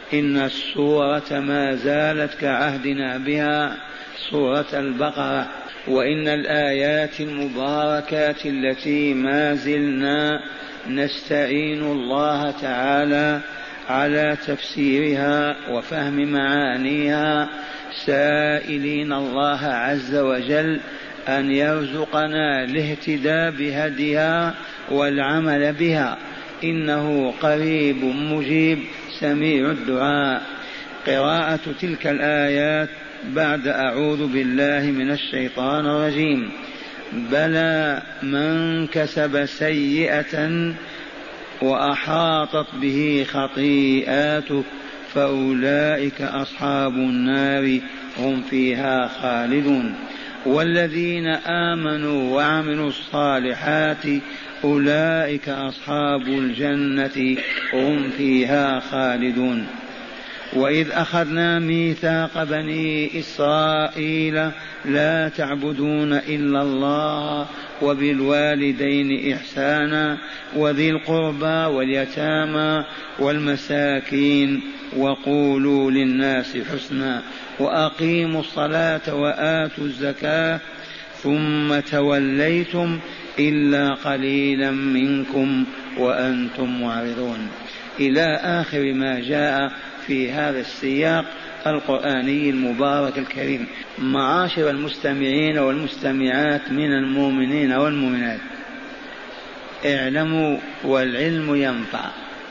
إن السورة ما زالت كعهدنا بها سورة البقرة، وإن الآيات المباركات التي ما زلنا نستعين الله تعالى على تفسيرها وفهم معانيها، سائلين الله عز وجل أن يرزقنا الاهتداء بهديها والعمل بها، إنه قريب مجيب سميع الدعاء. قراءة تلك الآيات بعد أعوذ بالله من الشيطان الرجيم. بلى من كسب سيئة وأحاطت به خطيئاته فأولئك أصحاب النار هم فيها خالدون، والذين آمنوا وعملوا الصالحات أولئك أصحاب الجنة هم فيها خالدون. وإذ أخذنا ميثاق بني إسرائيل لا تعبدون إلا الله وبالوالدين إحسانا وذي القربى واليتامى والمساكين وقولوا للناس حسنا وأقيموا الصلاة وآتوا الزكاة ثم توليتم إلا قليلا منكم وأنتم معرضون، إلى آخر ما جاء في هذا السياق القرآني المبارك الكريم. معاشر المستمعين والمستمعات من المؤمنين والمؤمنات، اعلموا والعلم ينفع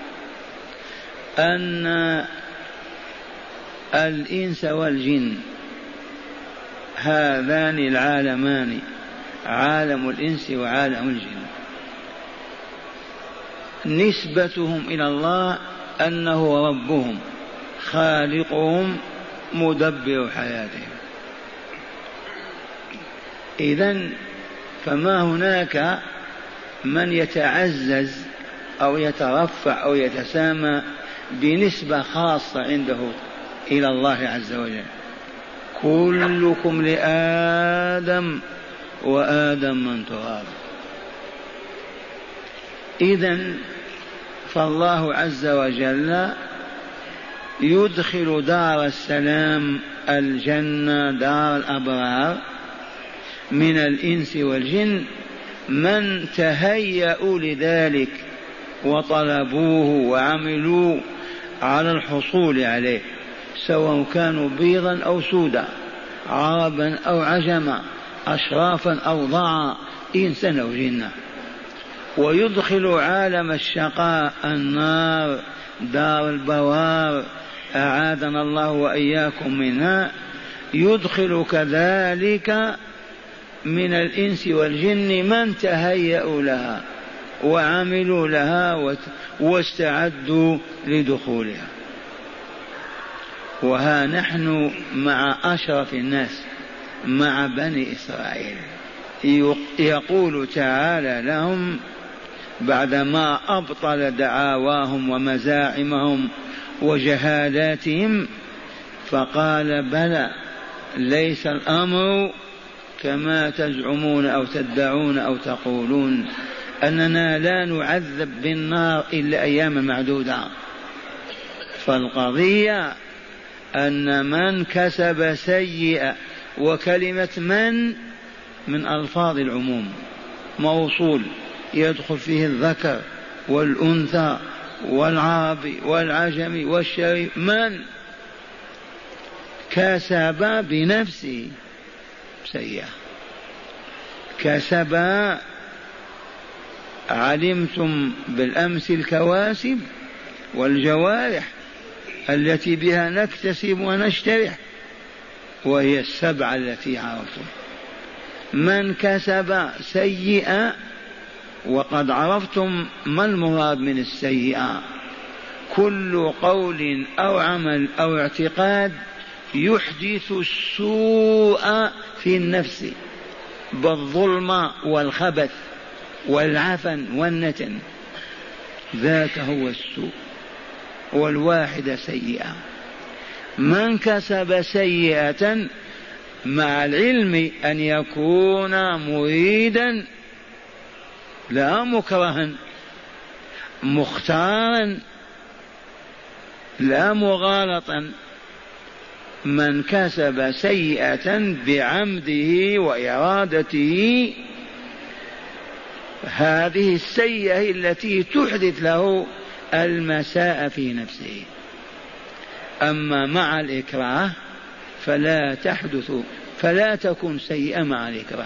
أن الإنس والجن هذان العالمان، عالم الإنس وعالم الجن، نسبتهم إلى الله أنه ربهم خالقهم مدبر حياتهم. إذن فما هناك من يتعزز أو يترفع أو يتسامى بنسبة خاصة عنده إلى الله عز وجل. كلكم لآدم وآدم من تراب. إذن فالله عز وجل يدخل دار السلام الجنة دار الأبرار من الإنس والجن من تهيأوا لذلك وطلبوه وعملوا على الحصول عليه، سواء كانوا بيضا أو سودا، عربا أو عجما، أشرافا أو ضعا، إنسا أو جنا. ويدخل عالم الشقاء النار دار البوار، أعاذنا الله وإياكم منها، يدخل كذلك من الإنس والجن من تهيأوا لها وعملوا لها واستعدوا لدخولها. وها نحن مع أشرف الناس، مع بني إسرائيل، يقول تعالى لهم بعدما أبطل دعاواهم ومزاعمهم وجهالاتهم، فقال بلى ليس الأمر كما تزعمون أو تدعون أو تقولون أننا لا نعذب بالنار إلا أيام معدودة. فالقضية أن من كسب سيئة، وكلمة من ألفاظ العموم، موصول يدخل فيه الذكر والأنثى والعربي والعجمي والشريف. من كسب بنفسه سيئة، كسب، علمتم بالأمس الكواسب والجوارح التي بها نكتسب ونشترح، وهي السبعة التي عرفتم. من كسب سيئة، وقد عرفتم ما المراد من السيئة، كل قول أو عمل أو اعتقاد يحدث السوء في النفس بالظلم والخبث والعفن والنتن، ذاك هو السوء، والواحدة سيئة. من كسب سيئة مع العلم أن يكون مريدا لا مكرها، مختارا لا مغالطا، من كسب سيئة بعمده وإرادته هذه السيئة التي تحدث له المساء في نفسه. أما مع الإكراه فلا تحدث، فلا تكون سيئة مع الإكراه.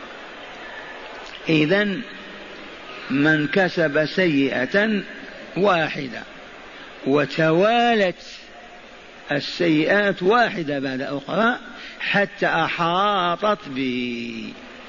إذن من كسب سيئة واحدة وتوالت السيئات واحدة بعد أخرى حتى أحاطت به.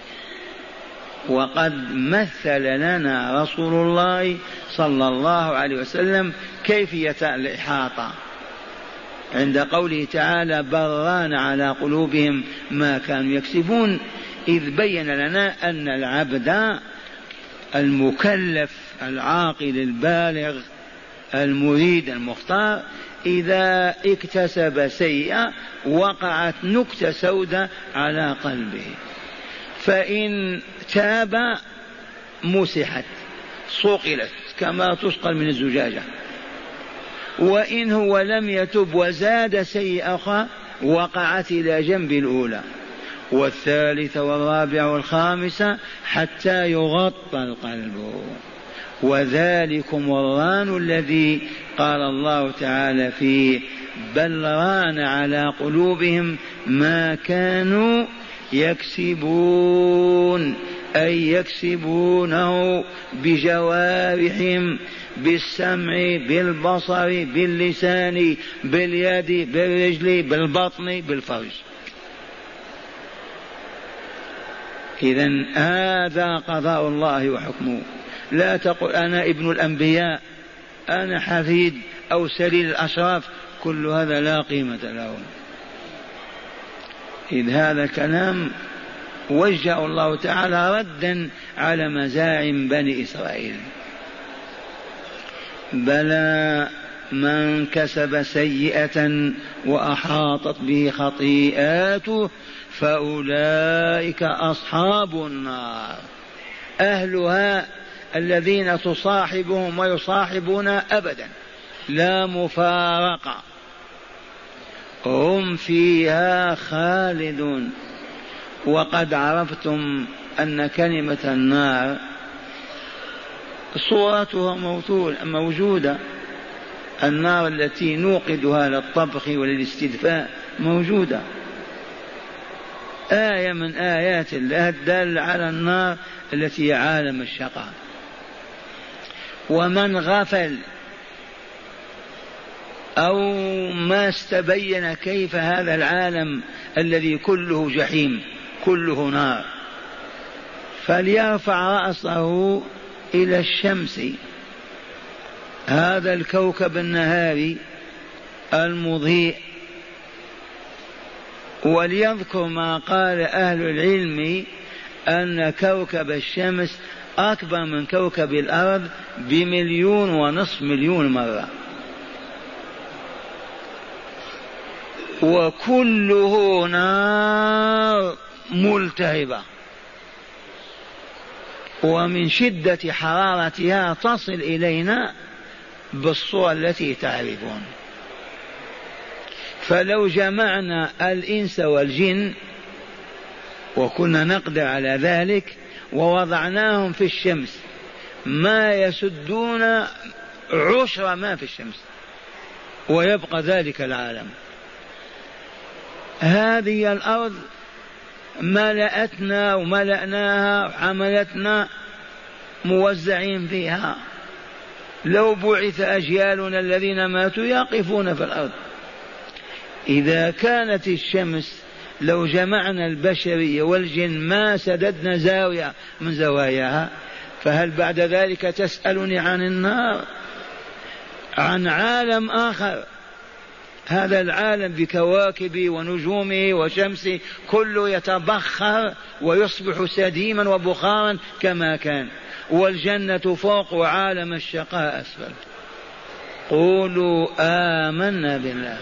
وقد مثل لنا رسول الله صلى الله عليه وسلم كيفية الإحاطة عند قوله تعالى بران على قلوبهم ما كانوا يكسبون، إذ بين لنا أن العبد المكلف العاقل البالغ المريد المختار إذا اكتسب سيئة وقعت نكتة سوداء على قلبه، فإن تاب مسحت صقلت كما تسقل من الزجاجة، وإن هو لم يتب وزاد سيئة أخرى وقعت إلى جنب الأولى والثالثة والرابعة والخامسة حتى يغطى القلب. وذلكم الران الذي قال الله تعالى فيه بل ران على قلوبهم ما كانوا يكسبون، أي يكسبونه بجوارحهم، بالسمع بالبصر باللسان باليد بالرجل بالبطن بالفرج. إذن هذا قضاء الله وحكمه. لا تقل أنا ابن الأنبياء، أنا حفيد أو سليل الأشراف، كل هذا لا قيمة له. إذ هذا كلام وجه الله تعالى ردا على مزاعم بني إسرائيل. بلى من كسب سيئة وأحاطت به خطيئاته فأولئك أصحاب النار، أهلها الذين تصاحبهم ويصاحبون أبدا لا مفارقة، هم فيها خالدون. وقد عرفتم أن كلمة النار صورتها موجودة، النار التي نوقدها للطبخ وللاستدفاء موجودة، آية من آيات الله الدالة على النار التي هي عالم الشقاء. ومن غفل أو ما استبين كيف هذا العالم الذي كله جحيم كله نار فليرفع رأسه إلى الشمس، هذا الكوكب النهاري المضيء، وليذكر ما قال أهل العلم أن كوكب الشمس أكبر من كوكب الأرض ب1.5 مليون مرة، وكله نار ملتهبة، ومن شدة حرارتها تصل إلينا بالصور التي تعرفون. فلو جمعنا الإنس والجن وكنا نقدر على ذلك ووضعناهم في الشمس ما يسدون 10 ما في الشمس ويبقى ذلك العالم. هذه الأرض ملأتنا وملأناها حملتنا موزعين فيها، لو بعث أجيالنا الذين ماتوا يقفون في الأرض. إذا كانت الشمس لو جمعنا البشرية والجن ما سددنا زاوية من زواياها، فهل بعد ذلك تسألني عن النار، عن عالم آخر؟ هذا العالم بكواكبه ونجومه وشمسه كله يتبخر ويصبح سديما وبخارا كما كان، والجنة فوق وعالم الشقاء أسفل. قولوا آمنا بالله.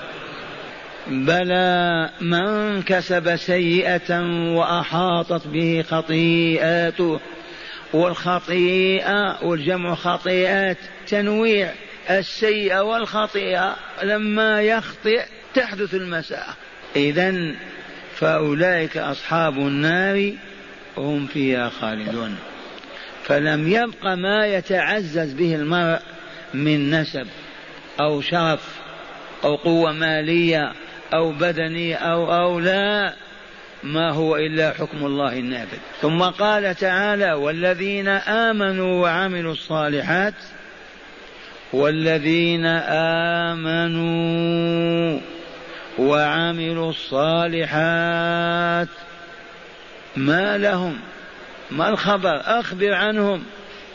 بلى من كسب سيئة وأحاطت به خطيئاته، والخطيئة والجمع خطيئات تنويع، السيئة والخطيئة، لما يخطئ تحدث المساء. إذن فأولئك أصحاب النار هم فيها خالدون. فلم يبق ما يتعزز به المرء من نسب أو شرف أو قوة مالية أو بدنية أو لا، ما هو إلا حكم الله النافذ. ثم قال تعالى: والذين آمنوا وعملوا الصالحات، والذين آمنوا وعملوا الصالحات ما لهم؟ ما الخبر؟ أخبر عنهم.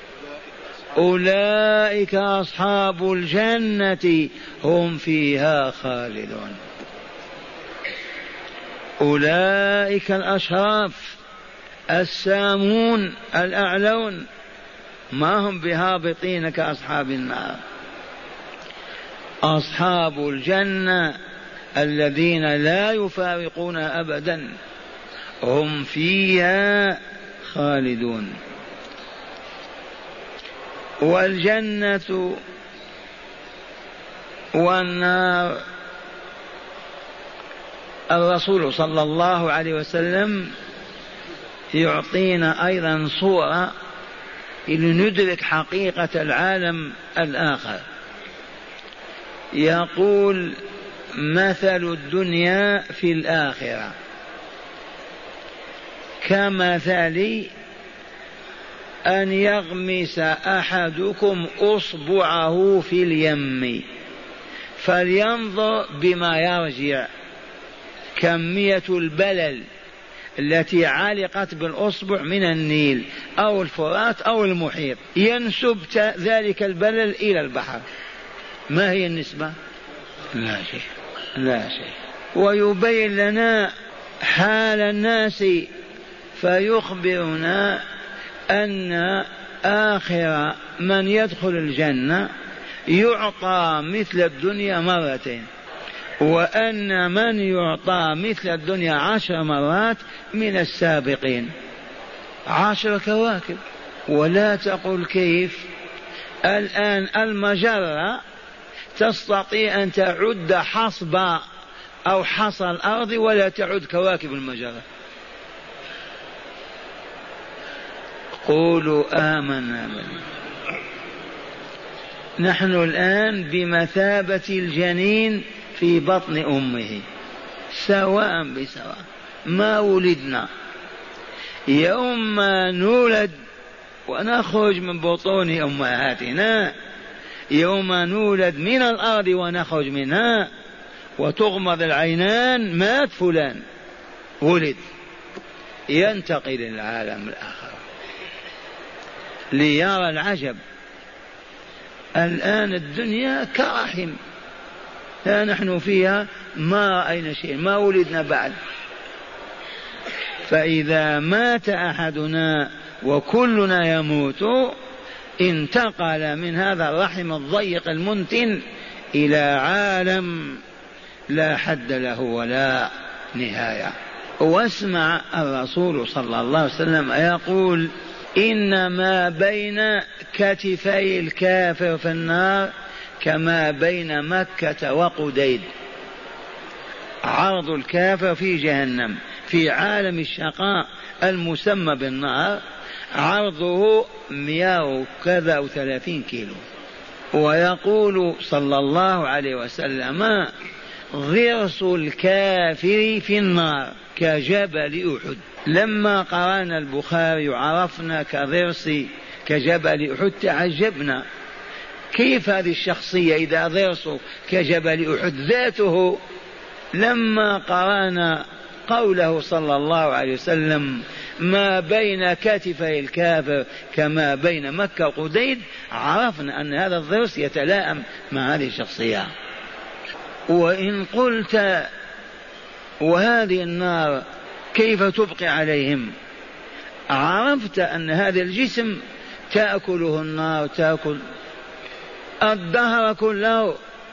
أولئك أصحاب الجنة هم فيها خالدون. أولئك الأشراف السامون الأعلون، ما هم بهابطين كأصحاب النار. أصحاب الجنة الذين لا يفارقون أبدا هم فيها خالدون. والجنة والنار، الرسول صلى الله عليه وسلم يعطينا أيضا صورة لندرك حقيقة العالم الآخر. يقول: مثل الدنيا في الآخرة كمثل أن يغمس أحدكم أصبعه في اليم فلينظر بما يرجع. كمية البلل التي علقت بالأصبع من النيل أو الفرات أو المحيط، ينسب ذلك البلل إلى البحر، ما هي النسبة؟ لا شيء، لا شيء. ويبين لنا حال الناس فيخبرنا أن آخر من يدخل الجنة يعطى مثل الدنيا مرتين، وأن من يعطى مثل الدنيا 10 مرات من السابقين، 10 كواكب. ولا تقل كيف. الآن المجرة تستطيع أن تعد حصب أو حصى الأرض ولا تعد كواكب المجرة. قولوا آمنا بالله. نحن الآن بمثابة الجنين في بطن أمه، سواء بسواء. ما ولدنا، يوم ما نولد ونخرج من بطون أمهاتنا، يوم نولد من الأرض ونخرج منها وتغمض العينان، مات فلان، ولد، ينتقل العالم الآخر ليرى العجب. الآن الدنيا كرحم، ها نحن فيها ما رأينا شيء، ما ولدنا بعد. فإذا مات أحدنا وكلنا يموت، انتقل من هذا الرحم الضيق المنتن إلى عالم لا حد له ولا نهاية. واسمع الرسول صلى الله عليه وسلم يقول: إن ما بين كتفي الكافر في النار كما بين مكة وقديد. عرض الكافر في جهنم في عالم الشقاء المسمى بالنار عرضه 130 كيلو. ويقول صلى الله عليه وسلم: ضرس الكافر في النار كجبل أحد. لما قرانا البخاري عرفنا كضرس كجبل أحد تعجبنا، كيف هذه الشخصية إذا ضرسه كجبل أحد ذاته. لما قرانا قوله صلى الله عليه وسلم: ما بين كتفي الكافر كما بين مكة وقديد، عرفنا أن هذا الضرس يتلائم مع هذه الشخصية. وإن قلت: وهذه النار كيف تبقي عليهم؟ عرفت أن هذا الجسم تأكله النار، تأكل الدهر كله.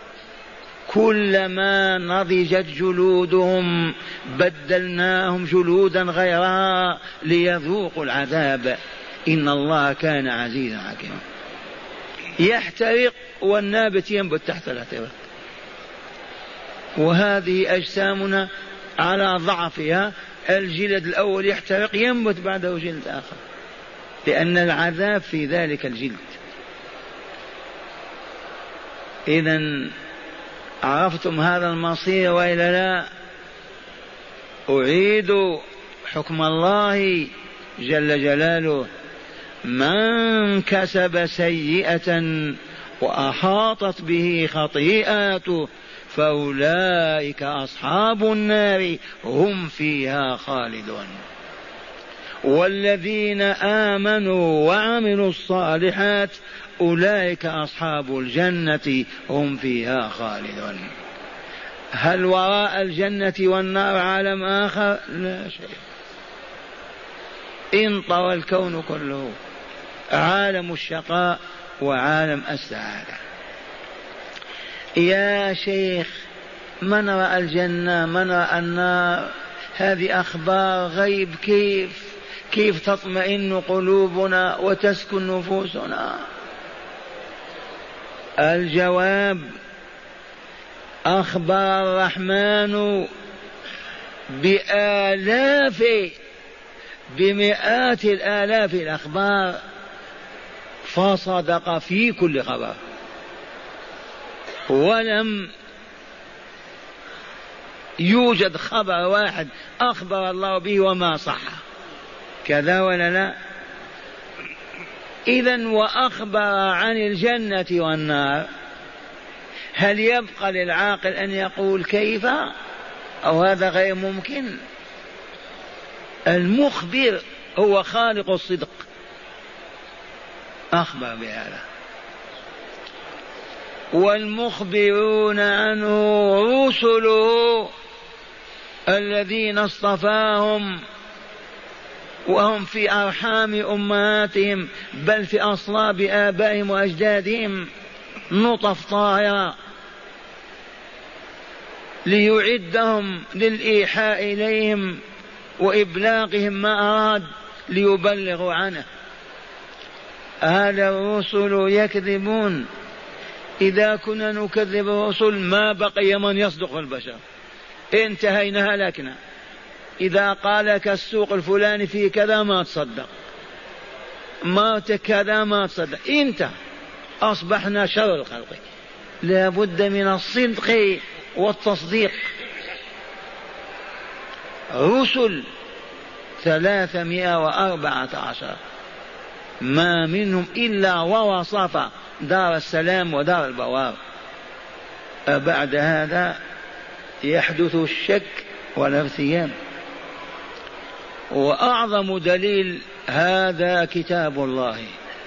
كلما نضجت جلودهم بدلناهم جلودا غيرها ليذوقوا العذاب، إن الله كان عزيزا حكيما. يحترق والنابت ينبت تحت الاحتراق. وهذه أجسامنا على ضعفها، الجلد الأول يحترق ينبت بعده جلد آخر، لأن العذاب في ذلك الجلد. إذن عرفتم هذا المصير وإلا لا؟ أعيد حكم الله جل جلاله: من كسب سيئة وأحاطت به خطيئاته فأولئك أصحاب النار هم فيها خالدون. والذين آمنوا وعملوا الصالحات أولئك أصحاب الجنة هم فيها خالدون. هل وراء الجنة والنار عالم آخر؟ لا شيء. انطوى الكون كله، عالم الشقاء وعالم السعادة. يا شيخ، من رأى الجنة؟ من رأى النار؟ هذه أخبار غيب. كيف تطمئن قلوبنا وتسكن نفوسنا؟ الجواب: أخبر الرحمن بمئات الآلاف الأخبار فصدق في كل خبر، ولم يوجد خبر واحد أخبر الله به وما صح. كذا ولا لا؟ إذن وأخبر عن الجنة والنار، هل يبقى للعاقل أن يقول كيف؟ أو هذا غير ممكن. المخبر هو خالق الصدق، أخبر بهذا. والمخبرون عنه رسله الذين اصطفاهم وهم في أرحام أمهاتهم، بل في أصلاب آبائهم وأجدادهم نطف طاهرة، ليعدهم للإيحاء إليهم وإبلاغهم ما أراد ليبلغوا عنه. هل الرسل يكذبون؟ إذا كنا نكذب الرسل ما بقي من يصدق في البشر، انتهينا هلكنا. إذا قال لك السوق الفلاني فيه كذا ما تصدق، ما كذا ما تصدق، انت أصبحنا شر الخلق. لا بد من الصدق والتصديق. رسل 314 ما منهم إلا ووصف دار السلام ودار البوار. بعد هذا يحدث الشك والارتياب. وأعظم دليل هذا كتاب الله.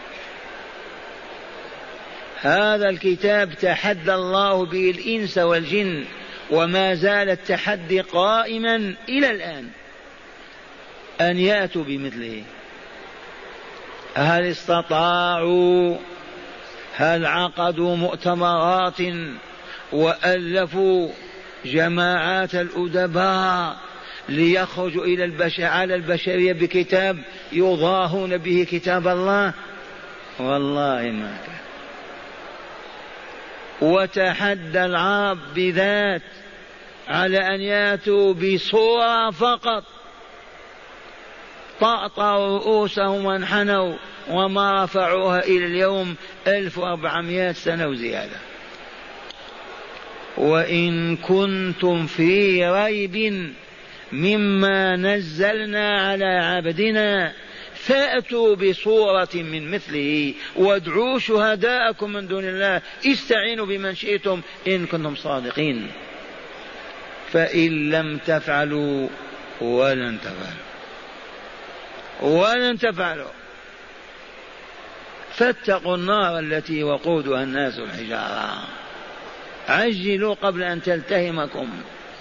هذا الكتاب تحدى الله به الإنس والجن، وما زال التحدي قائما إلى الآن أن يأتوا بمثله. هل استطاعوا؟ هل عقدوا مؤتمرات وألفوا جماعات الأدباء ليخرجوا على البشرية بكتاب يضاهون به كتاب الله؟ والله ما كان. وتحدى العرب بذات على أن يأتوا بصورة فقط، طأطأوا رؤوسهم وانحنوا وما رفعوها إلى اليوم 1400 سنة وزيادة. وإن كنتم في ريب مما نزلنا على عبدنا فأتوا بصورة من مثله وادعوا شهداءكم من دون الله، استعينوا بمن شئتم إن كنتم صادقين. فإن لم تفعلوا ولن تفعلوا فاتقوا النار التي وقودها الناس والحجارة. عجلوا قبل أن تلتهمكم.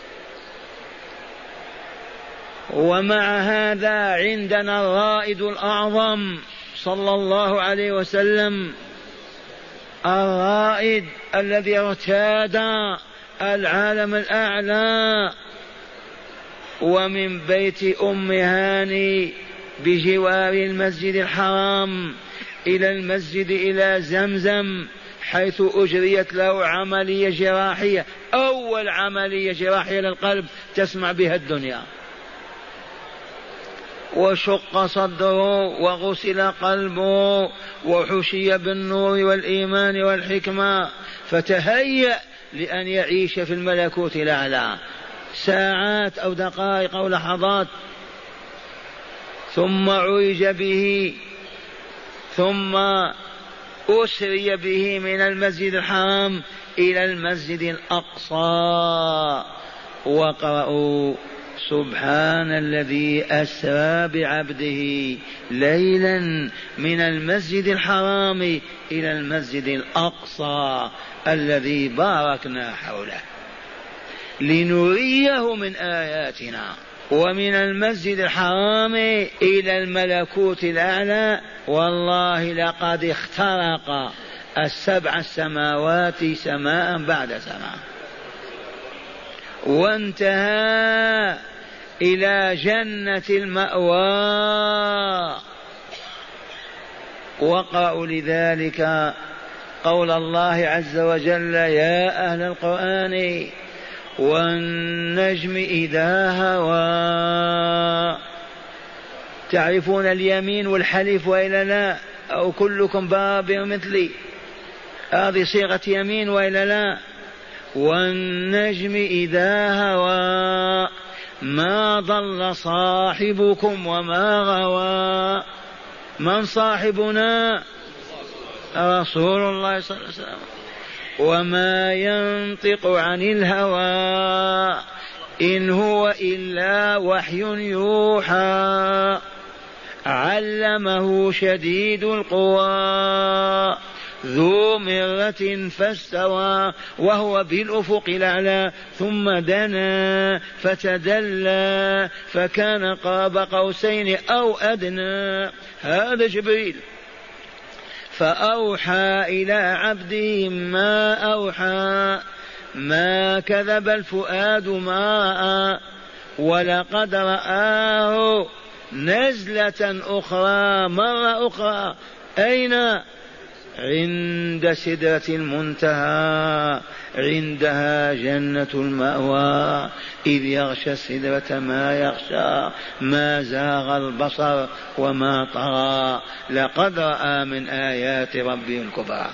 ومع هذا عندنا الرائد الأعظم صلى الله عليه وسلم، الرائد الذي ارتاد العالم الأعلى، ومن بيت أم هاني بجوار المسجد الحرام إلى المسجد إلى زمزم حيث أجريت له عملية جراحية، أول عملية جراحية للقلب تسمع بها الدنيا، وشق صدره وغسل قلبه وحشي بالنور والإيمان والحكمة، فتهيأ لأن يعيش في الملكوت الأعلى ساعات أو دقائق أو لحظات. ثم عرج به، ثم أسري به من المسجد الحرام إلى المسجد الأقصى. وقرأوا سبحان الذي أسرى بعبده ليلا من المسجد الحرام إلى المسجد الأقصى الذي باركنا حوله لنريه من آياتنا. ومن المسجد الحرام إلى الملكوت الأعلى والله لقد اخترق السبع السماوات سماء بعد سماء، وانتهى إلى جنة المأوى. وقرأوا لذلك قول الله عز وجل: يا أهل القرآن والنجم إذا هوى. تعرفون اليمين والحلف وإلا لا؟ أو كلكم بابر مثلي؟ هذه صيغة يمين وإلا لا؟ والنجم إذا هوى ما ضل صاحبكم وما غوى. من صاحبنا؟ رسول الله صلى الله عليه وسلم. وما ينطق عن الهوى إن هو إلا وحي يوحى. علمه شديد القوى ذو مرة فاستوى وهو بالأفق الأعلى ثم دنا فتدلى فكان قاب قوسين أو أدنى. هذا جبريل. فأوحى إلى عبده ما أوحى ما كذب الفؤاد ما رأى ولقد رآه نزلة أخرى مرة أخرى. أين؟ عند سدرة المنتهى عندها جنة المأوى إذ يغشى السدرة ما يغشى ما زاغ البصر وما طغى لقد رأى من آيات ربه الكبرى.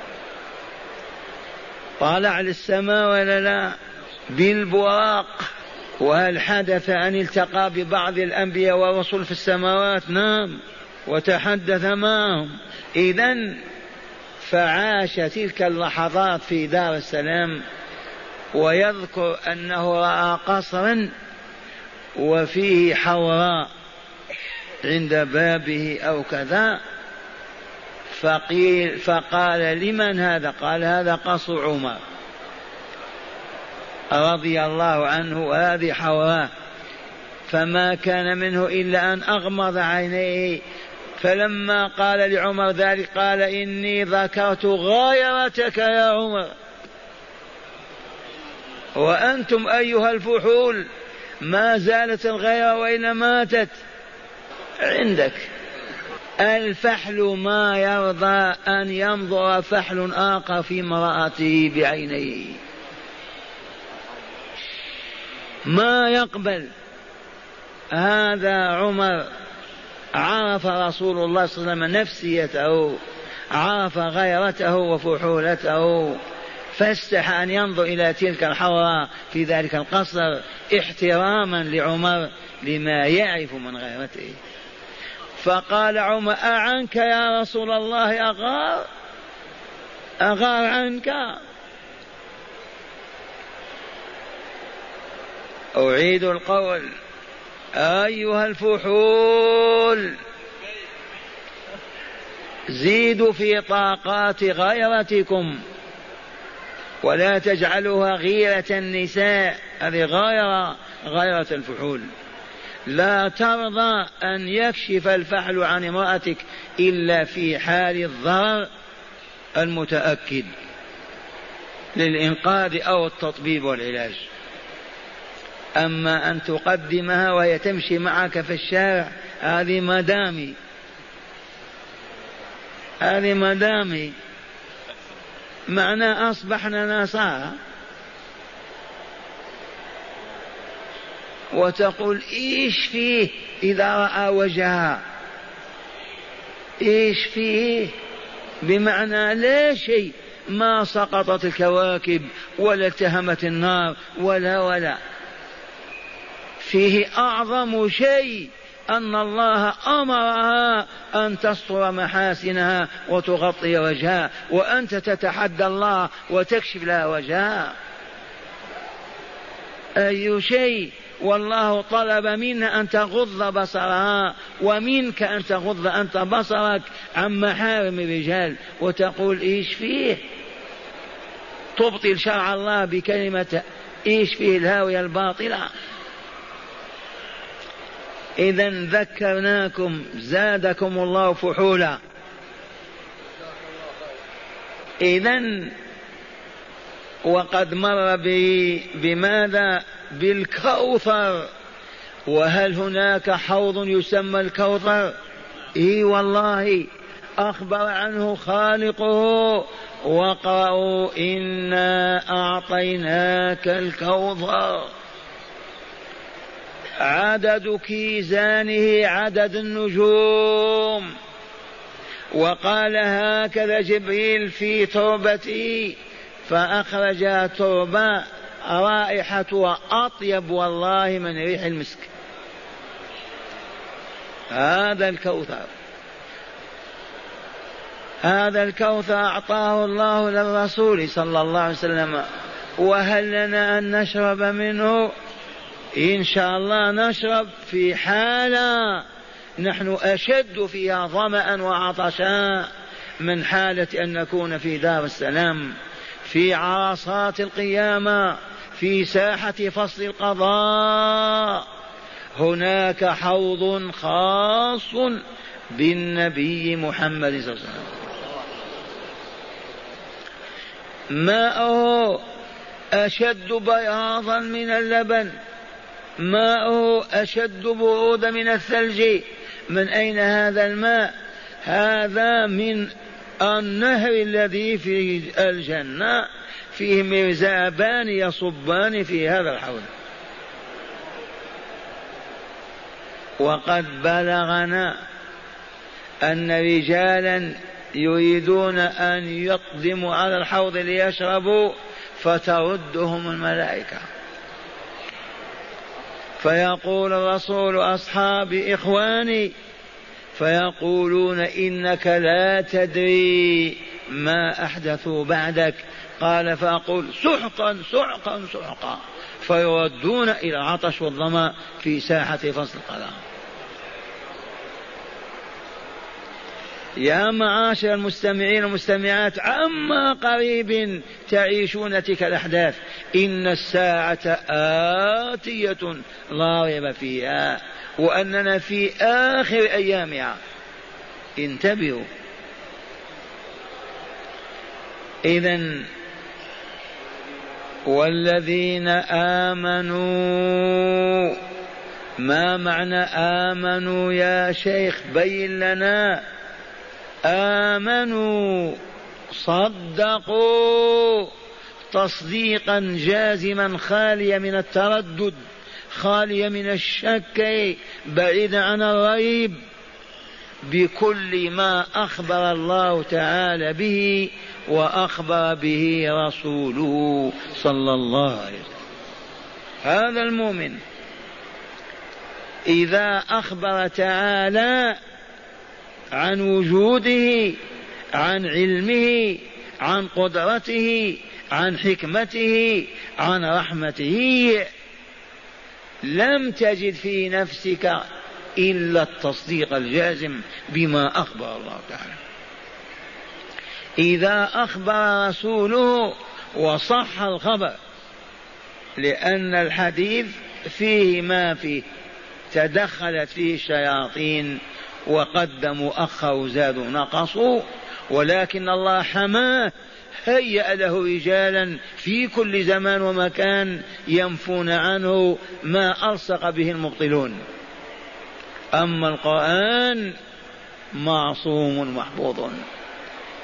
طالع للسماء ولا لا؟ بالبراق. وهل حدث أن التقى ببعض الأنبياء والرسل في السماوات؟ نعم، وتحدث معهم. إذن فعاش تلك اللحظات في دار السلام، ويذكر أنه رأى قصرا وفيه حوراء عند بابه أو كذا، فقال لمن هذا؟ قال هذا قصر عمر رضي الله عنه وهذه حوراء. فما كان منه إلا أن أغمض عينيه. فلما قال لعمر ذلك قال إني ذكرت غايرتك يا عمر، وأنتم أيها الفحول ما زالت الغيرة وإلا ماتت عندك. الفحل ما يرضى أن ينظر فحل آخر في امرأته بعينيه، ما يقبل. هذا عمر عرف رسول الله صلى الله عليه وسلم نفسيته، عرف غيرته وفحولته، فاستحى أن ينظر إلى تلك الحوراء في ذلك القصر احتراما لعمر لما يعرف من غيرته. فقال عمر أعنك يا رسول الله أغار عنك؟ أعيد القول: أيها الفحول زيدوا في طاقات غيرتكم ولا تجعلوها غيرة النساء. هذه غيرة الفحول. لا ترضى أن يكشف الفحل عن امرأتك إلا في حال الضرر المتأكد للإنقاذ أو التطبيب والعلاج. أما أن تقدمها وهي تمشي معك في الشارع هذه مدامي. هذه مدامي معناه أصبحنا نصارى. وتقول إيش فيه إذا رأى وجهها، إيش فيه بمعنى لا شيء، ما سقطت الكواكب ولا التهمت النار ولا فيه أعظم شيء أن الله أمرها أن تستر محاسنها وتغطي وجهها، وأنت تتحدى الله وتكشف لها وجهها. أي شيء؟ والله طلب منها أن تغض بصرها، ومنك أن تغض أنت بصرك عن محارم الرجال، وتقول إيش فيه؟ تبطل شرع الله بكلمة إيش فيه الهاوية الباطلة. إذن ذكرناكم زادكم الله فحولا. إذن وقد مر بماذا؟ بالكوثر. وهل هناك حوض يسمى الكوثر؟ إي والله، أخبر عنه خالقه: وقرأوا إنا أعطيناك الكوثر. عدد كيزانه عدد النجوم. وقال هكذا جبريل في تربتي فأخرج تربة رائحتها أطيب والله من ريح المسك. هذا الكوثر، هذا الكوثر أعطاه الله للرسول صلى الله عليه وسلم. وهل لنا أن نشرب منه؟ إن شاء الله نشرب في حالة نحن أشد فيها ظمأ وعطشا من حالة أن نكون في دار السلام، في عرصات القيامة، في ساحة فصل القضاء. هناك حوض خاص بالنبي محمد صلى الله عليه وسلم، ماءه أشد بياضا من اللبن، ماءه أشد برودة من الثلج. من أين هذا الماء؟ هذا من النهر الذي في الجنة، فيه مرزابان يصبان في هذا الحوض. وقد بلغنا أن رجالا يريدون أن يقدموا على الحوض ليشربوا فتردهم الملائكة، فيقول الرسول: أصحابي إخواني، فيقولون: إنك لا تدري ما أحدثوا بعدك. قال: فأقول: سحقا سحقا سحقا، فيردون إلى العطش والظمأ في ساحة فصل القضاء. يا معاشر المستمعين والمستمعات، عما قريب تعيشون تلك الأحداث. إن الساعة آتية لا ريب فيها، وأننا في آخر أيامها. انتبهوا. إذن والذين آمنوا، ما معنى آمنوا يا شيخ؟ بين لنا. آمنوا صدقوا تصديقا جازما خاليا من التردد، خاليا من الشك، بعيد عن الريب، بكل ما أخبر الله تعالى به وأخبر به رسوله صلى الله عليه وسلم. هذا المؤمن إذا أخبر تعالى عن وجوده، عن علمه، عن قدرته، عن حكمته، عن رحمته، لم تجد في نفسك إلا التصديق الجازم بما أخبر الله تعالى. إذا أخبر رسوله وصح الخبر، لأن الحديث فيه ما فيه، تدخلت فيه الشياطين وقدموا أخروا زادوا نقصوا، ولكن الله حماه، هيأ له رجالا في كل زمان ومكان ينفون عنه ما ألصق به المبطلون. أما القرآن معصوم محفوظ.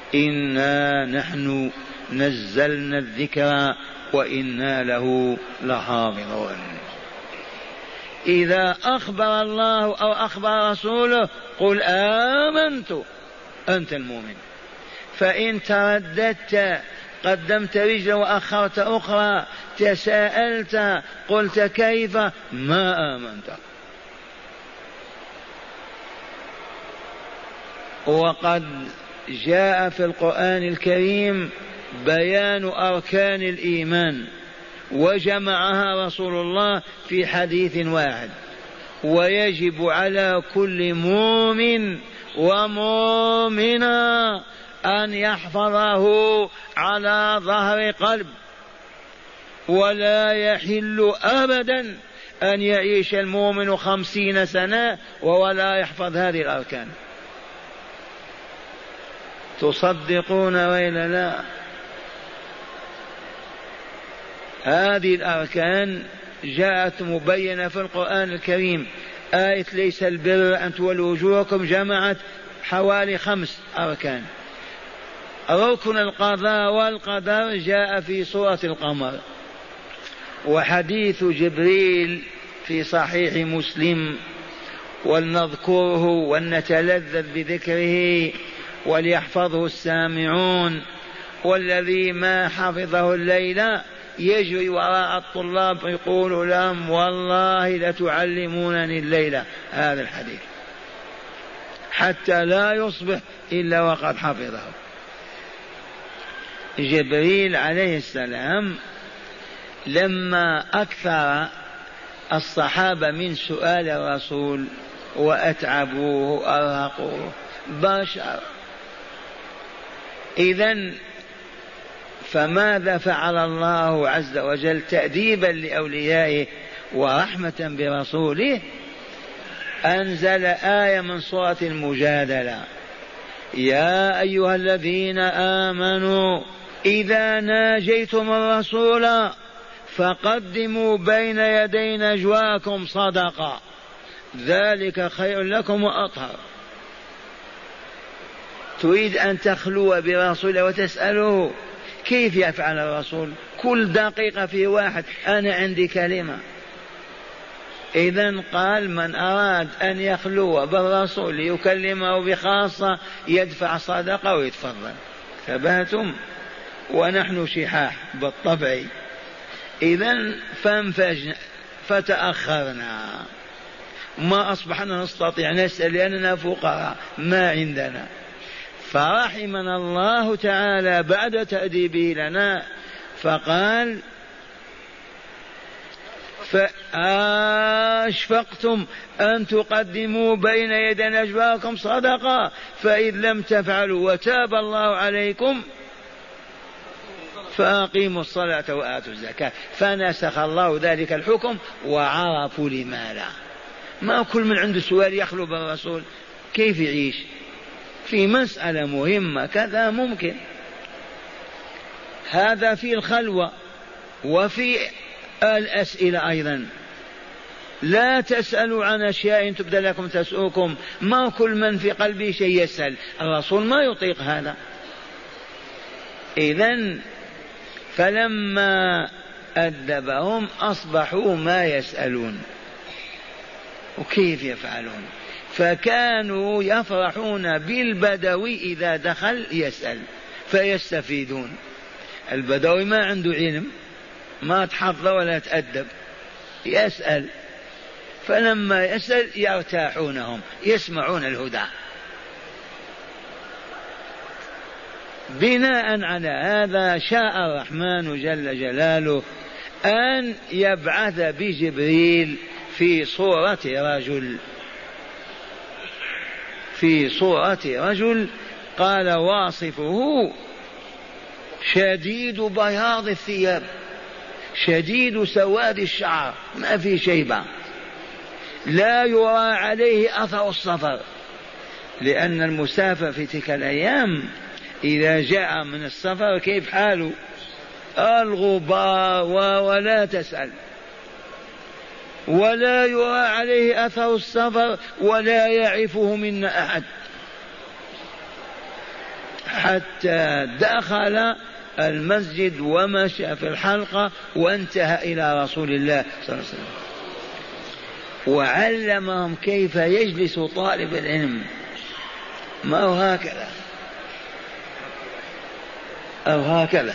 إنا نحن نزلنا الذكر وإنا له لحافظون. إذا أخبر الله أو أخبر رسوله قل آمنت، أنت المؤمن. فإن ترددت قدمت رجلا وأخرت أخرى تساءلت قلت كيف، ما آمنت. وقد جاء في القرآن الكريم بيان أركان الإيمان وجمعها رسول الله في حديث واحد، ويجب على كل مؤمن ومؤمنة أن يحفظه على ظهر قلب، ولا يحل أبدا أن يعيش المؤمن 50 سنة ولا يحفظ هذه الأركان. تصدقون وإلا لا؟ هذه الأركان جاءت مبينة في القرآن الكريم. آية ليس البر أن تولوا وجوهكم جمعت حوالي 5 أركان. ركن القضاء والقدر جاء في سورة القمر، وحديث جبريل في صحيح مسلم، ولنذكره ولنتلذذ بذكره وليحفظه السامعون. والذي ما حفظه الليلة يجري وراء الطلاب يقول لهم والله لتعلمونني الليلة هذا الحديث، حتى لا يصبح إلا وقد حفظه. جبريل عليه السلام لما أكثر الصحابة من سؤال الرسول وأتعبوه وأرهقوه بشر، إذن فماذا فعل الله عز وجل تأديبا لأوليائه ورحمة برسوله؟ أنزل آية من سورة المجادلة: يا أيها الذين آمنوا إذا ناجيتم الرسول فقدموا بين يدي نجواكم صدقة ذلك خير لكم وأطهر. تريد أن تخلو برسول وتسأله كيف يفعل الرسول؟ كل دقيقة في واحد أنا عندي كلمة. إذن قال من أراد أن يخلو بالرسول ليكلمه بخاصة يدفع صدقة ويتفضل. ثباتم ونحن شحاح بالطبع. إذن فانفجنا فتأخرنا، ما أصبحنا نستطيع نسأل لأننا فقراء ما عندنا. فرحمنا الله تعالى بعد تأديبه لنا فقال فأشفقتم أن تقدموا بين يدي نجواكم صدقة فإذ لم تفعلوا وتاب الله عليكم فأقيموا الصلاة وآتوا الزكاة. فنسخ الله ذلك الحكم وعرفوا لماذا. ما كل من عنده سؤال يخلو بالرسول كيف يعيش في مسألة مهمة كذا ممكن. هذا في الخلوة. وفي الأسئلة أيضا لا تسألوا عن أشياء تبدأ لكم تسؤكم. ما كل من في قلبه شيء يسأل، الرسول ما يطيق هذا. إذن فلما أدبهم أصبحوا ما يسألون. وكيف يفعلون؟ فكانوا يفرحون بالبدوي إذا دخل يسأل فيستفيدون. البدوي ما عنده علم، ما تحضر ولا تأدب، يسأل. فلما يسأل يرتاحونهم يسمعون الهدى. بناء على هذا شاء الرحمن جل جلاله أن يبعث بجبريل في صورة رجل، في صورة رجل. قال واصفه شديد بياض الثياب شديد سواد الشعر ما في شيبة، لا يرى عليه أثر السفر، لأن المسافر في تلك الأيام إذا جاء من السفر كيف حاله؟ الغبار ولا تسأل، ولا يرى عليه أثر السفر ولا يعرفه منا أحد. حتى دخل المسجد ومشى في الحلقة وانتهى إلى رسول الله صلى الله عليه وسلم، وعلمهم كيف يجلس طالب العلم. ما هو هكذا أو هكذا.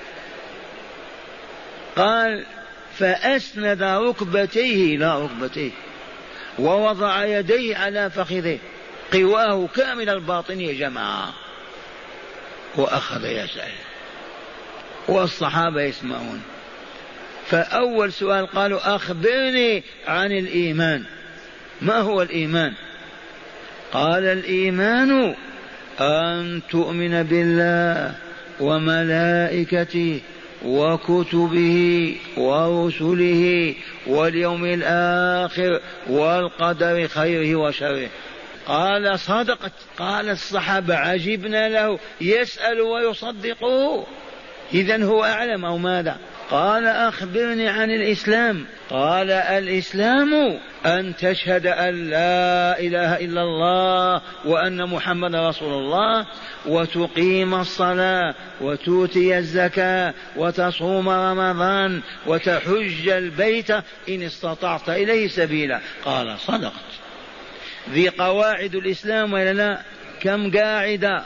قال فأسند ركبتيه إلى ركبتيه ووضع يديه على فخذه، قواه كامل الباطن يا جماعة، وأخذ يسأل والصحابة يسمعون. فأول سؤال قالوا أخبرني عن الإيمان، ما هو الإيمان؟ قال الإيمان أن تؤمن بالله وملائكته وكتبه ورسله واليوم الآخر والقدر خيره وشره. قال صدقت. قال الصحابة عجبنا له، يسأل ويصدقه، إذن هو أعلم أو ماذا؟ قال أخبرني عن الإسلام. قال الإسلام أن تشهد أن لا إله إلا الله وأن محمد رسول الله، وتقيم الصلاة وتؤتي الزكاة وتصوم رمضان وتحج البيت إن استطعت إليه سبيلا. قال صدقت. ذي قواعد الإسلام ولا لا؟ كم قاعدة؟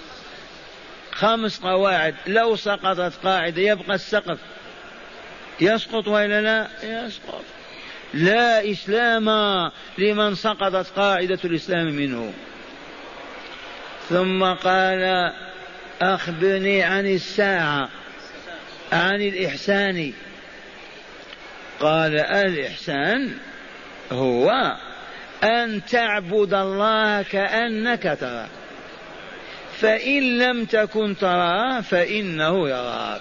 5 قواعد. لو سقطت قاعدة يبقى السقف، يسقط ولا لا؟ يسقط. لا إسلام لمن سقطت قاعدة الإسلام منه. ثم قال أخبرني عن الساعة، عن الإحسان. قال الإحسان هو أن تعبد الله كأنك تراه، فإن لم تكن تراه فإنه يراك.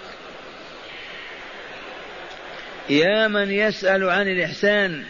يا من يسأل عن الإحسان،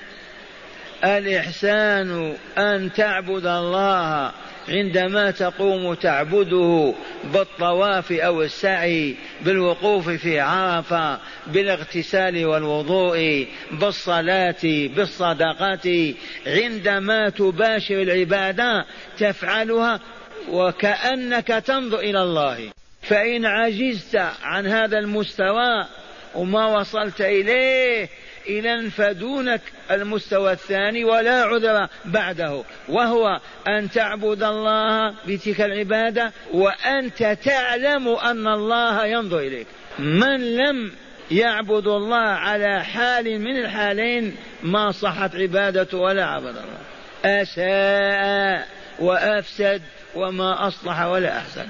الإحسان أن تعبد الله عندما تقوم تعبده بالطواف أو السعي، بالوقوف في عرفة، بالاغتسال والوضوء، بالصلاة، بالصدقات، عندما تباشر العبادة تفعلها وكأنك تنظر إلى الله. فإن عجزت عن هذا المستوى وما وصلت إليه، إذن فدونك المستوى الثاني ولا عذر بعده، وهو أن تعبد الله بتلك العبادة وأنت تعلم أن الله ينظر إليك. من لم يعبد الله على حال من الحالين ما صحت عبادته ولا عبد الله، أساء وأفسد وما أصلح ولا أحسن.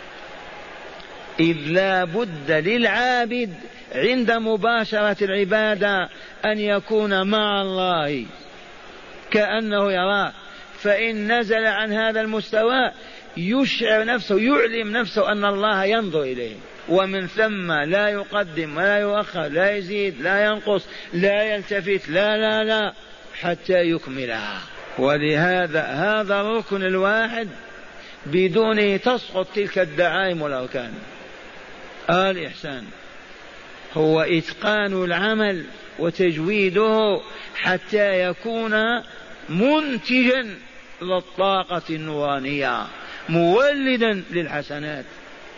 إذ لا بد للعابد عند مباشرة العبادة أن يكون مع الله كأنه يراه، فإن نزل عن هذا المستوى يشعر نفسه، يعلم نفسه أن الله ينظر إليه، ومن ثم لا يقدم ولا يؤخر، لا يزيد لا ينقص، لا يلتفت، لا لا لا حتى يكملها. ولهذا هذا الركن الواحد بدونه تسقط تلك الدعائم والأركان. الإحسان هو إتقان العمل وتجويده حتى يكون منتجا للطاقة النورانية، مولدا للحسنات.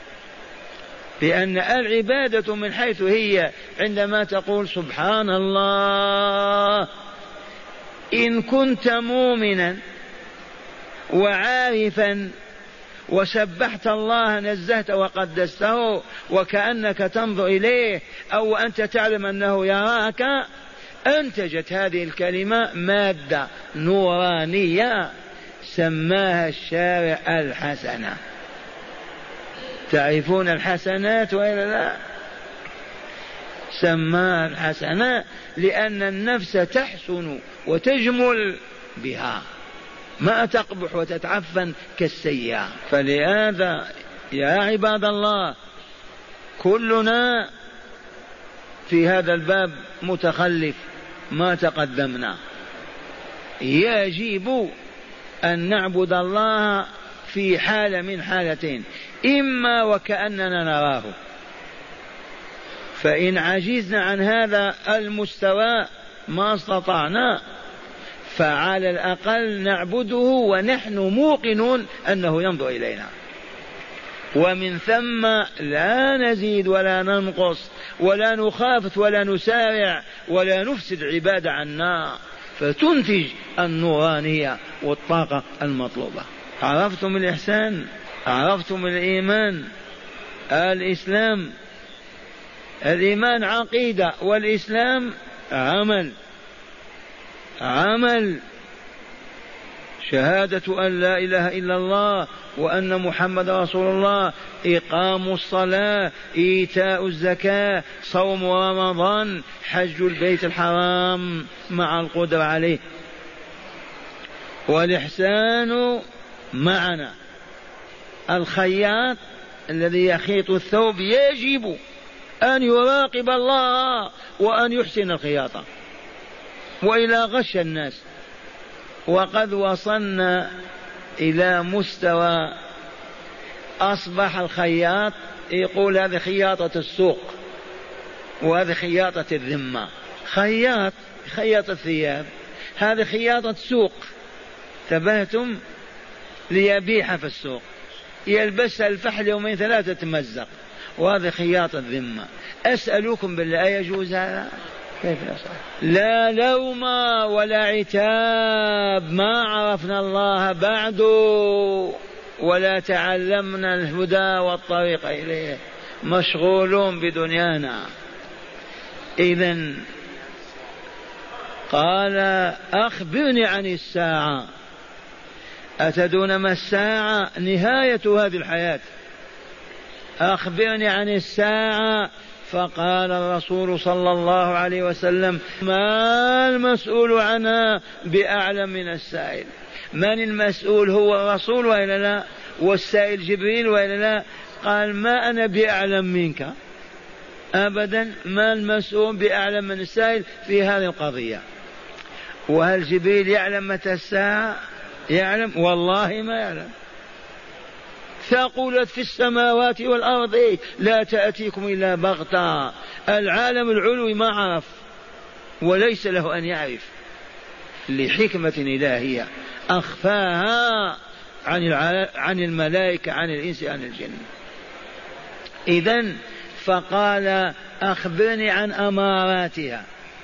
لأن العبادة من حيث هي عندما تقول سبحان الله، إن كنت مؤمنا وعارفا وسبحت الله نزهت وقدسته وكأنك تنظر إليه أو أنت تعلم أنه يراك، أنتجت هذه الكلمة مادة نورانية سماها الشارع الحسنة. تعرفون الحسنات وإلا لا؟ سماها الحسنة لأن النفس تحسن وتجمل بها، ما تقبح وتتعفن كالسيئة. فلهذا يا عباد الله كلنا في هذا الباب متخلف ما تقدمنا. يجب أن نعبد الله في حالة من حالتين، إما وكأننا نراه، فإن عجزنا عن هذا المستوى ما استطعنا فعلى الأقل نعبده ونحن موقنون أنه ينظر إلينا. ومن ثم لا نزيد ولا ننقص ولا نخافت ولا نسارع ولا نفسد عبادة عنا، فتنتج النورانية والطاقة المطلوبة. عرفتم الإحسان؟ عرفتم الإيمان؟ الإسلام، الإيمان عقيدة والإسلام عمل. شهادة أن لا إله إلا الله وأن محمد رسول الله، إقام الصلاة، إيتاء الزكاة، صوم رمضان، حج البيت الحرام مع القدرة عليه. والإحسان معنا. الخياط الذي يخيط الثوب يجب أن يراقب الله وأن يحسن الخياطة وإلا غش الناس. وقد وصلنا إلى مستوى أصبح الخياط يقول هذه خياطة السوق وهذه خياطة الذمة. خياط الثياب، هذه خياطة سوق، تبهتم، ليبيعها في السوق، يلبسها الفحل يومين ثلاثة تمزق، وهذه خياطة الذمة. أسألكم بالله يجوز هذا؟ كيف يصح؟ لا لوم ولا عتاب، ما عرفنا الله بعد ولا تعلمنا الهدى والطريق إليه، مشغولون بدنيانا. إذن قال أخبرني عن الساعة. أتدون ما الساعة؟ نهاية هذه الحياة. أخبرني عن الساعة. فقال الرسول صلى الله عليه وسلم ما المسؤول عنها بأعلم من السائل. من المسؤول؟ هو الرسول وإلا لا؟ والسائل جبريل وإلا لا؟ قال ما أنا بأعلم منك أبدا، ما المسؤول بأعلم من السائل في هذه القضية. وهل جبريل يعلم متى الساعة؟ يعلم؟ والله ما يعلم. ثقلت في السماوات والأرض لا تأتيكم إلا بغتة. العالم العلوي ما عرف وليس له أن يعرف لحكمة إلهية أخفاها عن الملائكة، عن الإنس، عن الجن. إذن فقال أخبرني عن أماراتها.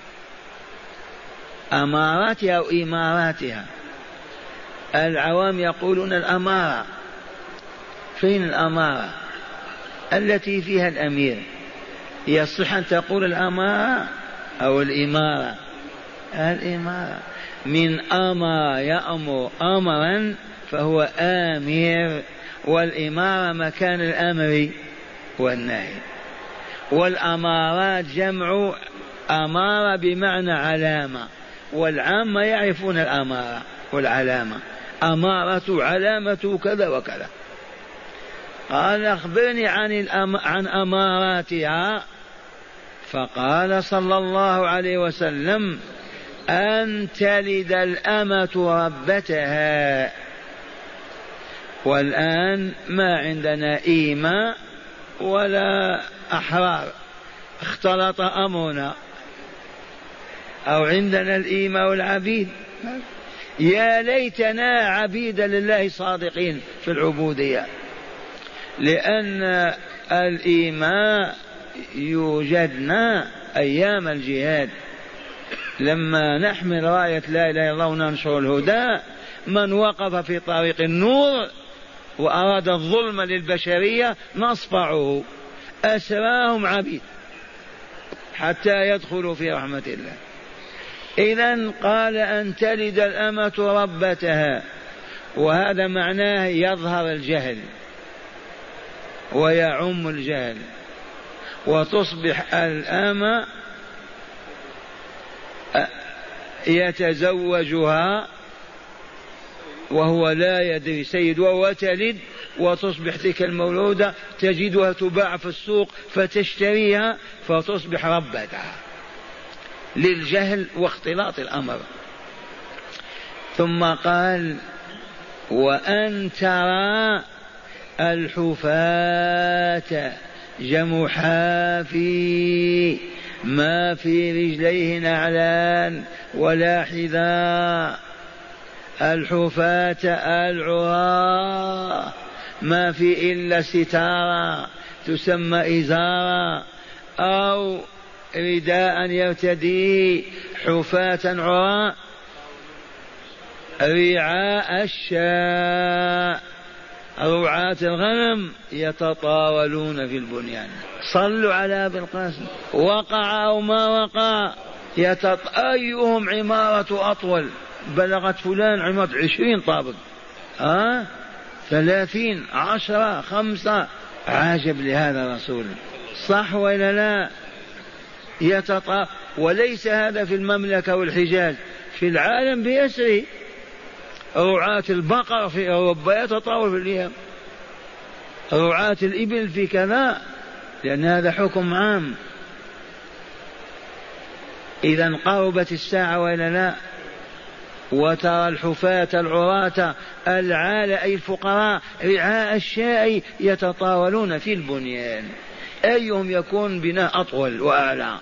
أماراتها أو إماراتها. العوام يقولون الأمارة. فين الأمارة التي فيها الأمير؟ يصح أن تقول الأمارة أو الإمارة؟ الإمارة من أمر يأمر أمرا فهو آمر، والإمارة مكان الأمر والنهي. والأمارات جمع أمارة بمعنى علامة، والعامة يعرفون الأمارة والعلامة. أمارة علامة كذا وكذا. قال أخبرني عن أماراتها. فقال صلى الله عليه وسلم أن تلد الأمة ربتها. والآن ما عندنا إيماء ولا أحرار، اختلط أمرنا، أو عندنا الإيماء والعبيد. يا ليتنا عبيدا لله صادقين في العبودية، لأن الإيماء يوجدنا أيام الجهاد لما نحمل راية لا إله إلا الله وننشر الهدى. من وقف في طريق النور وأراد الظلم للبشرية نصفعه، أسراهم عبيد حتى يدخلوا في رحمة الله. إذن قال أن تلد الأمة ربتها، وهذا معناه يظهر الجهل ويعم الجهل، وتصبح الأمة يتزوجها وهو لا يدري سيدها وتلد، وتصبح تلك المولودة تجدها تباع في السوق فتشتريها فتصبح ربتها للجهل واختلاط الأمر. ثم قال وأن ترى الحفاة جمع حافي ما في رجليه نعلان ولا حذاء. الحفاة العراة ما في إلا ستارة تسمى إزارة أو رداء يرتديه حفاة عراء رعاء الشاء رعاة الغنم يتطاولون في البنيان. صلوا على أبي القاسم. وقع أو ما وقع أيهم عمارة أطول بلغت فلان عمارة 20 طابق 30 10 5. عاجب لهذا الرسول، صح ولا لا؟ وليس هذا في المملكة والحجاز، في العالم بيسري. رعاة البقر في أوروبا يتطاول في اليوم، رعاة الإبل في كذا، لأن هذا حكم عام. إذا قربت الساعة وإلا لا؟ وترى الحفاة العراة العالة أي الفقراء رعاء الشاء يتطاولون في البنيان، أيهم يكون بناء أطول وأعلى.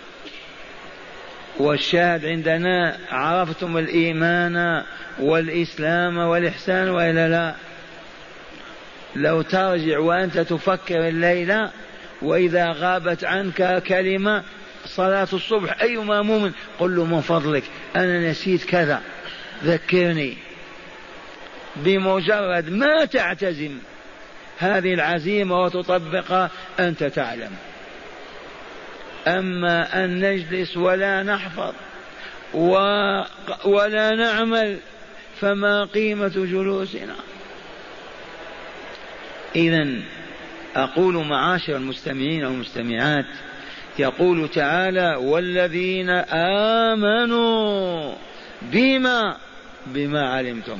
والشاهد عندنا عرفتم الإيمان والإسلام والإحسان وإلا لا؟ لو ترجع وأنت تفكر الليلة وإذا غابت عنك كلمة صلاة الصبح أيما مؤمن قل له من فضلك أنا نسيت كذا ذكرني. بمجرد ما تعتزم هذه العزيمة وتطبقها أنت تعلم. أما أن نجلس ولا نحفظ ولا نعمل فما قيمة جلوسنا؟ إذن أقول معاشر المستمعين والمستمعات، يقول تعالى والذين آمنوا بما علمتم.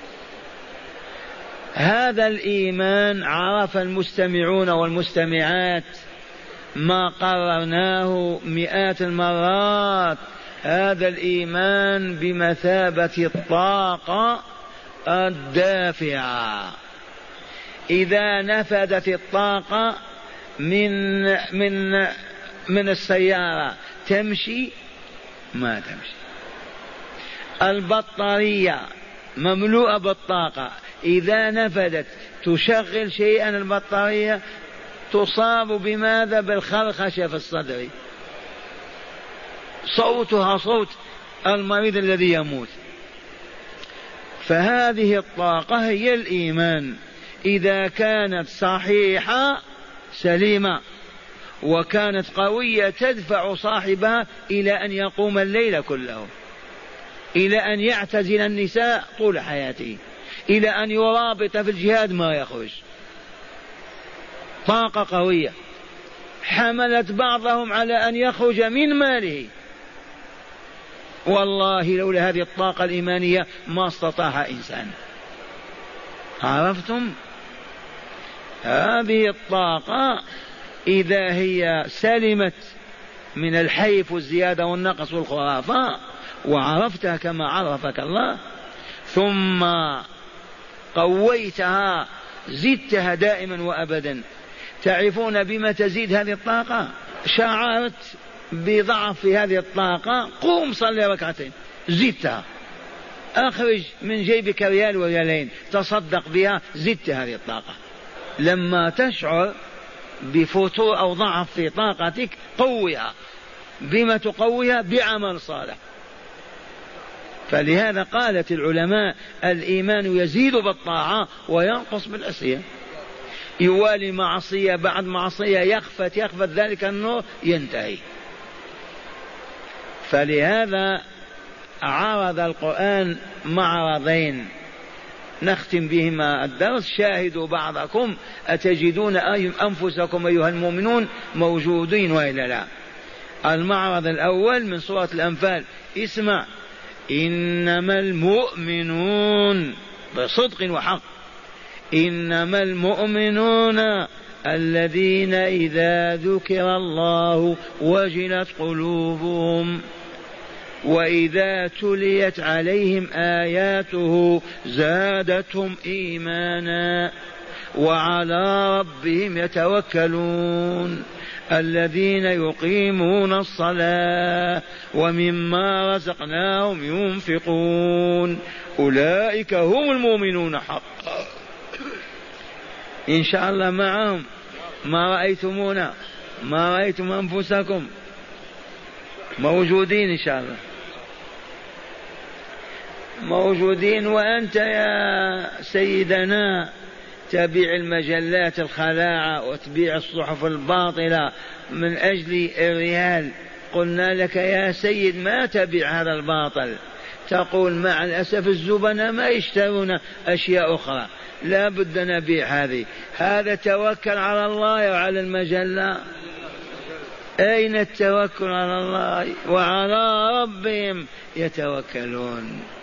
هذا الإيمان عرف المستمعون والمستمعات ما قررناه مئات المرات. هذا الإيمان بمثابة الطاقة الدافعة. إذا نفدت الطاقة من السيارة تمشي؟ ما تمشي. البطارية مملوءة بالطاقة، إذا نفدت تشغل شيئا البطارية تصاب بماذا؟ بالخرخشة في الصدر، صوتها صوت المريض الذي يموت. فهذه الطاقة هي الإيمان، إذا كانت صحيحة سليمة وكانت قوية تدفع صاحبها إلى أن يقوم الليل كله، إلى أن يعتزل النساء طول حياته، إلى أن يرابط في الجهاد ما يخرج. طاقة قوية حملت بعضهم على أن يخرج من ماله. والله لولا هذه الطاقة الإيمانية ما استطاع إنسان. عرفتم؟ هذه الطاقة إذا هي سلمت من الحيف والزيادة والنقص والخرافة وعرفتها كما عرفك الله ثم قويتها زدتها دائما وأبدا. تعرفون بما تزيد هذه الطاقة؟ شعرت بضعف في هذه الطاقة قوم صلي ركعتين زدتها، أخرج من جيبك ريال وريالين تصدق بها، زدت هذه الطاقة. لما تشعر بفتور أو ضعف في طاقتك قويها. بما تقويها؟ بعمل صالح. فلهذا قالت العلماء الإيمان يزيد بالطاعة وينقص بالعصية. يوالي معصية بعد معصية يخفت ذلك النور ينتهي. فلهذا عرض القرآن معرضين نختم بهما الدرس. شاهدوا بعضكم أتجدون أنفسكم أيها المؤمنون موجودين وإلا لا. المعرض الأول من سورة الأنفال، اسمع: إنما المؤمنون بصدق وحق، إنما المؤمنون الذين إذا ذكر الله وجلت قلوبهم وإذا تليت عليهم آياته زادتهم إيمانا وعلى ربهم يتوكلون الذين يقيمون الصلاة ومما رزقناهم ينفقون أولئك هم المؤمنون حقا. إن شاء الله معهم. ما رأيتمونا، ما رأيتم أنفسكم موجودين إن شاء الله، موجودين. وأنت يا سيدنا تبيع المجلات الخلاعة وتبيع الصحف الباطلة من أجل الريال. قلنا لك يا سيد ما تبيع هذا الباطل. تقول مع الأسف الزبناء ما يشترون أشياء أخرى، لا بد نبيع هذه. هذا توكل على الله وعلى المجلة. أين التوكل على الله؟ وعلى ربهم يتوكلون.